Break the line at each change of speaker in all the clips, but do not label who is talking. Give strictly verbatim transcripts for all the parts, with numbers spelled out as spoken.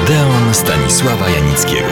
Odeon Stanisława Janickiego.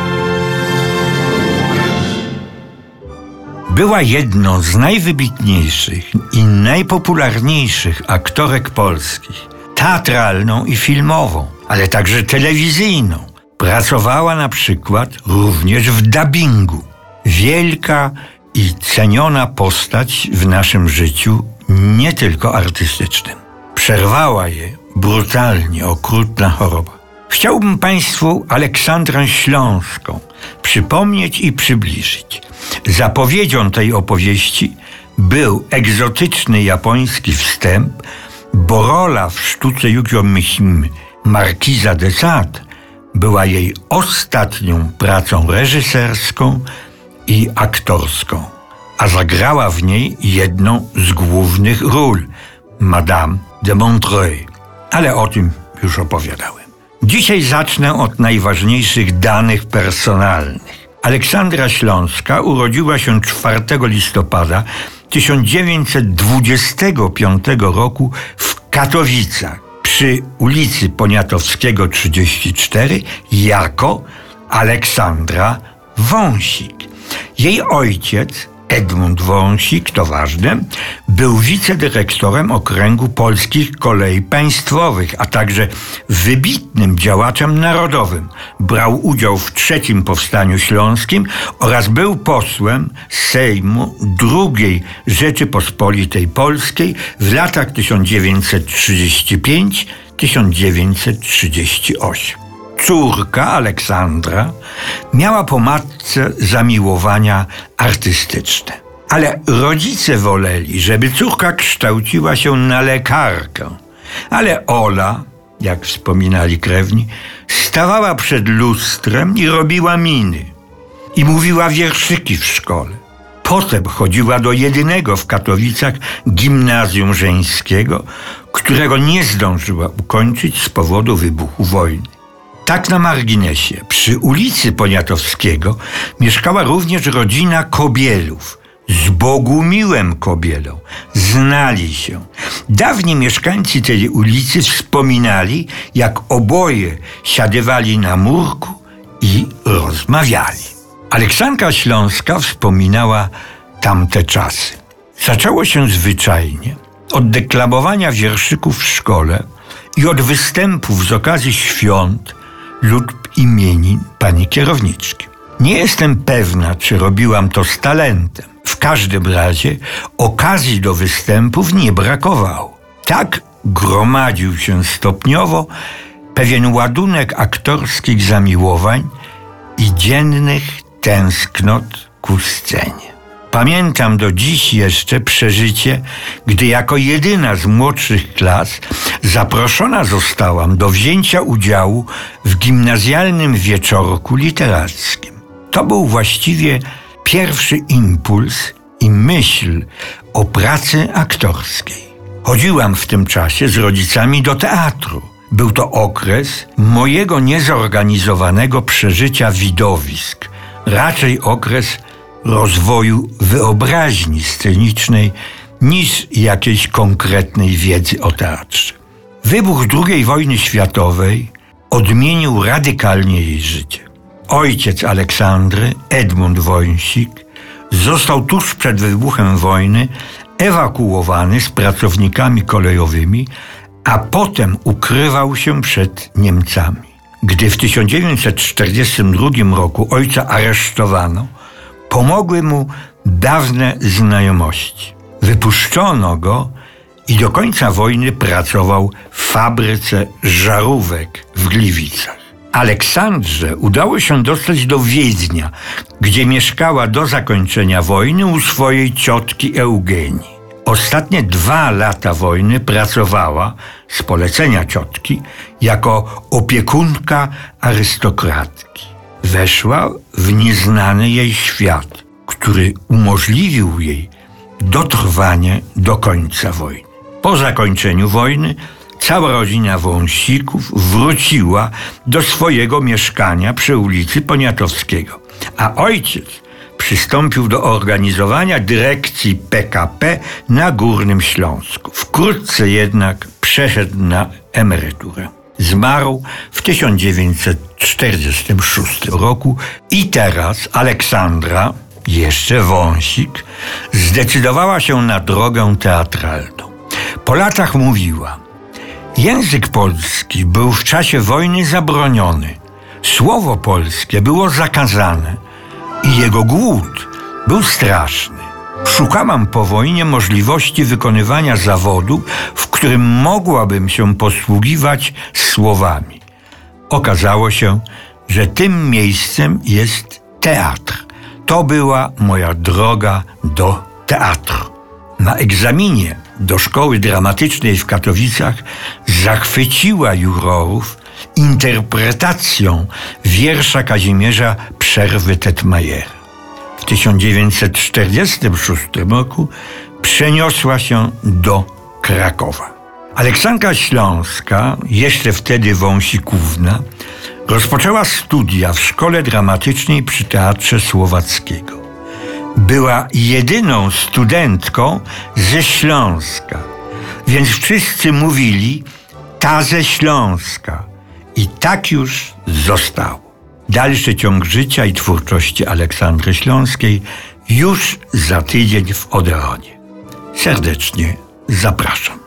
Była jedną z najwybitniejszych i najpopularniejszych aktorek polskich, teatralną i filmową, ale także telewizyjną. Pracowała na przykład również w dubbingu. Wielka i ceniona postać w naszym życiu, nie tylko artystycznym. Przerwała je brutalnie okrutna choroba. Chciałbym Państwu Aleksandrę Śląską przypomnieć i przybliżyć. Zapowiedzią tej opowieści był egzotyczny japoński wstęp, bo rola w sztuce Yukio Mishimy Markiza de Sade była jej ostatnią pracą reżyserską i aktorską, a zagrała w niej jedną z głównych ról, Madame de Montreuil. Ale o tym już opowiadałem. Dzisiaj zacznę od najważniejszych danych personalnych. Aleksandra Śląska urodziła się czwartego listopada tysiąc dziewięćset dwudziestego piątego roku w Katowicach przy ulicy Poniatowskiego trzydzieści cztery jako Aleksandra Wąsik. Jej ojciec, Edmund Wąsik, to ważne, był wicedyrektorem Okręgu Polskich Kolei Państwowych, a także wybitnym działaczem narodowym. Brał udział w trzecim Powstaniu Śląskim oraz był posłem Sejmu drugiej Rzeczypospolitej Polskiej w latach tysiąc dziewięćset trzydziesty piąty do tysiąc dziewięćset trzydziestego ósmego. Córka Aleksandra miała po matce zamiłowania artystyczne. Ale rodzice woleli, żeby córka kształciła się na lekarkę. Ale Ola, jak wspominali krewni, stawała przed lustrem i robiła miny. I mówiła wierszyki w szkole. Potem chodziła do jedynego w Katowicach gimnazjum żeńskiego, którego nie zdążyła ukończyć z powodu wybuchu wojny. Tak na marginesie, przy ulicy Poniatowskiego mieszkała również rodzina Kobielów. Z Bogumiłem Kobielą znali się. Dawni mieszkańcy tej ulicy wspominali, jak oboje siadywali na murku i rozmawiali. Aleksandra Śląska wspominała tamte czasy. Zaczęło się zwyczajnie od deklamowania wierszyków w szkole i od występów z okazji świąt lub imienin pani kierowniczki. Nie jestem pewna, czy robiłam to z talentem. W każdym razie okazji do występów nie brakowało. Tak gromadził się stopniowo pewien ładunek aktorskich zamiłowań i dziennych tęsknot ku scenie. Pamiętam do dziś jeszcze przeżycie, gdy jako jedyna z młodszych klas zaproszona zostałam do wzięcia udziału w gimnazjalnym wieczorku literackim. To był właściwie pierwszy impuls i myśl o pracy aktorskiej. Chodziłam w tym czasie z rodzicami do teatru. Był to okres mojego niezorganizowanego przeżycia widowisk, raczej okres rozwoju wyobraźni scenicznej niż jakiejś konkretnej wiedzy o teatrze. Wybuch drugiej wojny światowej odmienił radykalnie jej życie. Ojciec Aleksandry, Edmund Wąsik, został tuż przed wybuchem wojny ewakuowany z pracownikami kolejowymi, a potem ukrywał się przed Niemcami. Gdy w tysiąc dziewięćset czterdziestym drugim roku ojca aresztowano, pomogły mu dawne znajomości. Wypuszczono go i do końca wojny pracował w fabryce żarówek w Gliwicach. Aleksandrze udało się dostać do Wiednia, gdzie mieszkała do zakończenia wojny u swojej ciotki Eugenii. Ostatnie dwa lata wojny pracowała, z polecenia ciotki, jako opiekunka arystokratki. Weszła w nieznany jej świat, który umożliwił jej dotrwanie do końca wojny. Po zakończeniu wojny cała rodzina Wąsików wróciła do swojego mieszkania przy ulicy Poniatowskiego, a ojciec przystąpił do organizowania dyrekcji P K P na Górnym Śląsku. Wkrótce jednak przeszedł na emeryturę. Zmarł w tysiąc dziewięćset czterdziestym szóstym roku i teraz Aleksandra, jeszcze Wąsik, zdecydowała się na drogę teatralną. Po latach mówiła: język polski był w czasie wojny zabroniony, słowo polskie było zakazane i jego głód był straszny. Szukałam po wojnie możliwości wykonywania zawodu, w którym mogłabym się posługiwać słowami. Okazało się, że tym miejscem jest teatr. To była moja droga do teatru. Na egzaminie do szkoły dramatycznej w Katowicach zachwyciła jurorów interpretacją wiersza Kazimierza Przerwy-Tetmajera. W tysiąc dziewięćset czterdziestym szóstym roku przeniosła się do Krakowa. Aleksandra Śląska, jeszcze wtedy Wąsikówna, rozpoczęła studia w Szkole Dramatycznej przy Teatrze Słowackiego. Była jedyną studentką ze Śląska, więc wszyscy mówili: ta ze Śląska. I tak już zostało. Dalszy ciąg życia i twórczości Aleksandry Śląskiej już za tydzień w Odeonie. Serdecznie zapraszam.